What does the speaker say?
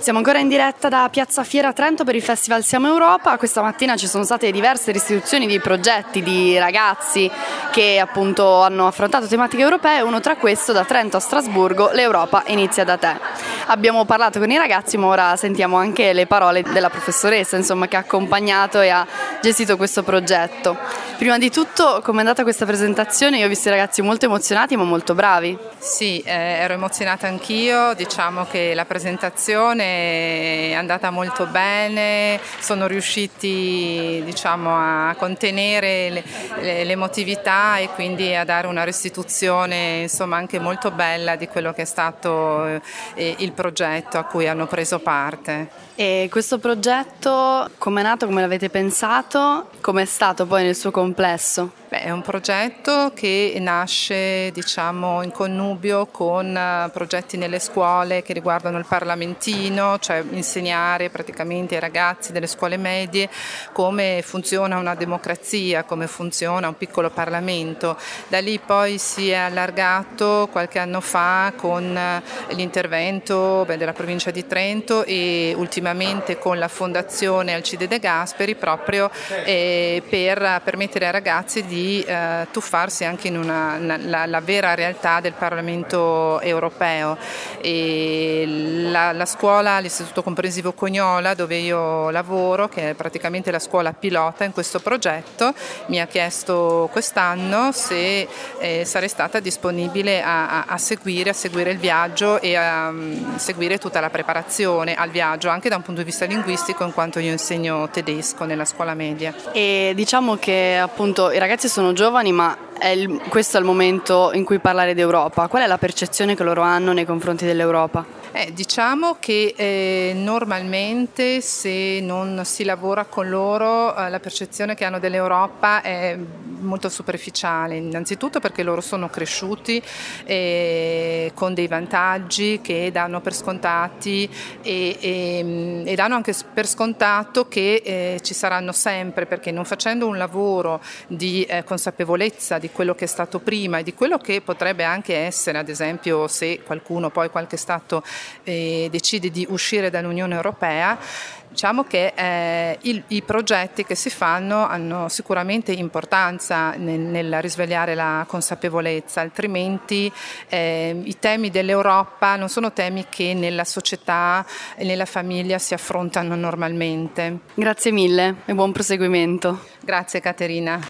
Siamo ancora in diretta da Piazza Fiera Trento per il Festival Siamo Europa. Questa mattina ci sono state diverse restituzioni di progetti di ragazzi che appunto hanno affrontato tematiche europee. Uno tra questo, da Trento a Strasburgo, l'Europa inizia da te. Abbiamo parlato con i ragazzi, ma ora sentiamo anche le parole della professoressa, insomma, che ha accompagnato e ha gestito questo progetto. Prima di tutto, com'è andata questa presentazione? Io ho visto i ragazzi molto emozionati ma molto bravi. Sì, ero emozionata anch'io, diciamo che la presentazione è andata molto bene, sono riusciti a contenere l'emotività e quindi a dare una restituzione anche molto bella di quello che è stato il progetto a cui hanno preso parte. E questo progetto com'è nato, come l'avete pensato, com'è stato poi nel suo complesso? È un progetto che nasce in connubio con progetti nelle scuole che riguardano il parlamentino, cioè insegnare praticamente ai ragazzi delle scuole medie come funziona una democrazia, come funziona un piccolo Parlamento. Da lì poi si è allargato qualche anno fa con l'intervento della provincia di Trento e ultimamente con la fondazione Alcide De Gasperi proprio per permettere ai ragazzi di tuffarsi anche in la vera realtà del Parlamento europeo. E la scuola, l'Istituto Comprensivo Cognola, dove io lavoro, che è praticamente la scuola pilota in questo progetto, mi ha chiesto quest'anno se sarei stata disponibile a seguire il viaggio e a seguire tutta la preparazione al viaggio, anche da un punto di vista linguistico, in quanto io insegno tedesco nella scuola media. E diciamo che appunto i ragazzi sono giovani, ma questo è il momento in cui parlare d'Europa. Qual è la percezione che loro hanno nei confronti dell'Europa? Diciamo che normalmente se non si lavora con loro la percezione che hanno dell'Europa è molto superficiale, innanzitutto perché loro sono cresciuti con dei vantaggi che danno per scontati e danno anche per scontato che ci saranno sempre, perché non facendo un lavoro di consapevolezza di quello che è stato prima e di quello che potrebbe anche essere, ad esempio se qualche Stato decide di uscire dall'Unione Europea, diciamo che i progetti che si fanno hanno sicuramente importanza nel risvegliare la consapevolezza, altrimenti i temi dell'Europa non sono temi che nella società e nella famiglia si affrontano normalmente. Grazie mille e buon proseguimento. Grazie Caterina.